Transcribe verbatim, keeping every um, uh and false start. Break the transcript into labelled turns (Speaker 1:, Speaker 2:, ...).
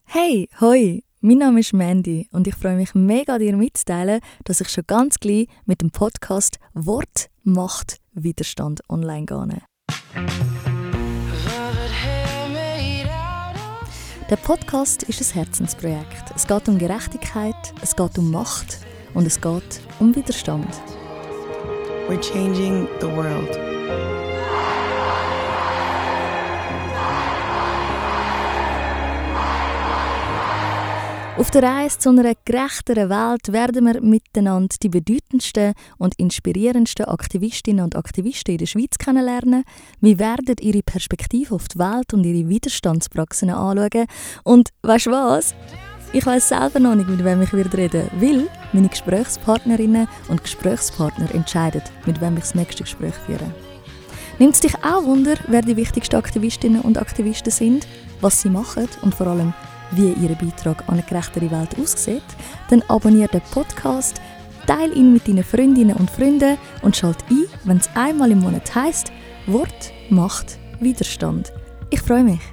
Speaker 1: Hey, hoi, mein Name ist Mandy und ich freue mich mega, dir mitzuteilen, dass ich schon ganz gleich mit dem Podcast Wort, Macht, Widerstand online gehe. Der Podcast ist ein Herzensprojekt. Es geht um Gerechtigkeit, es geht um Macht und es geht um Widerstand.
Speaker 2: We're changing the world.
Speaker 1: Auf der Reise zu einer gerechteren Welt werden wir miteinander die bedeutendsten und inspirierendsten Aktivistinnen und Aktivisten in der Schweiz kennenlernen. Wir werden ihre Perspektive auf die Welt und ihre Widerstandspraxen anschauen. Und weißt du was? Ich weiss selber noch nicht, mit wem ich reden werde, weil meine Gesprächspartnerinnen und Gesprächspartner entscheiden, mit wem ich das nächste Gespräch führe. Nimmt es dich auch Wunder, wer die wichtigsten Aktivistinnen und Aktivisten sind, was sie machen und vor allem, wie ihr Beitrag an eine gerechtere Welt aussieht, dann abonniere den Podcast, teile ihn mit deinen Freundinnen und Freunden und schalte ein, wenn es einmal im Monat heisst Wort, Macht, Widerstand. Ich freue mich.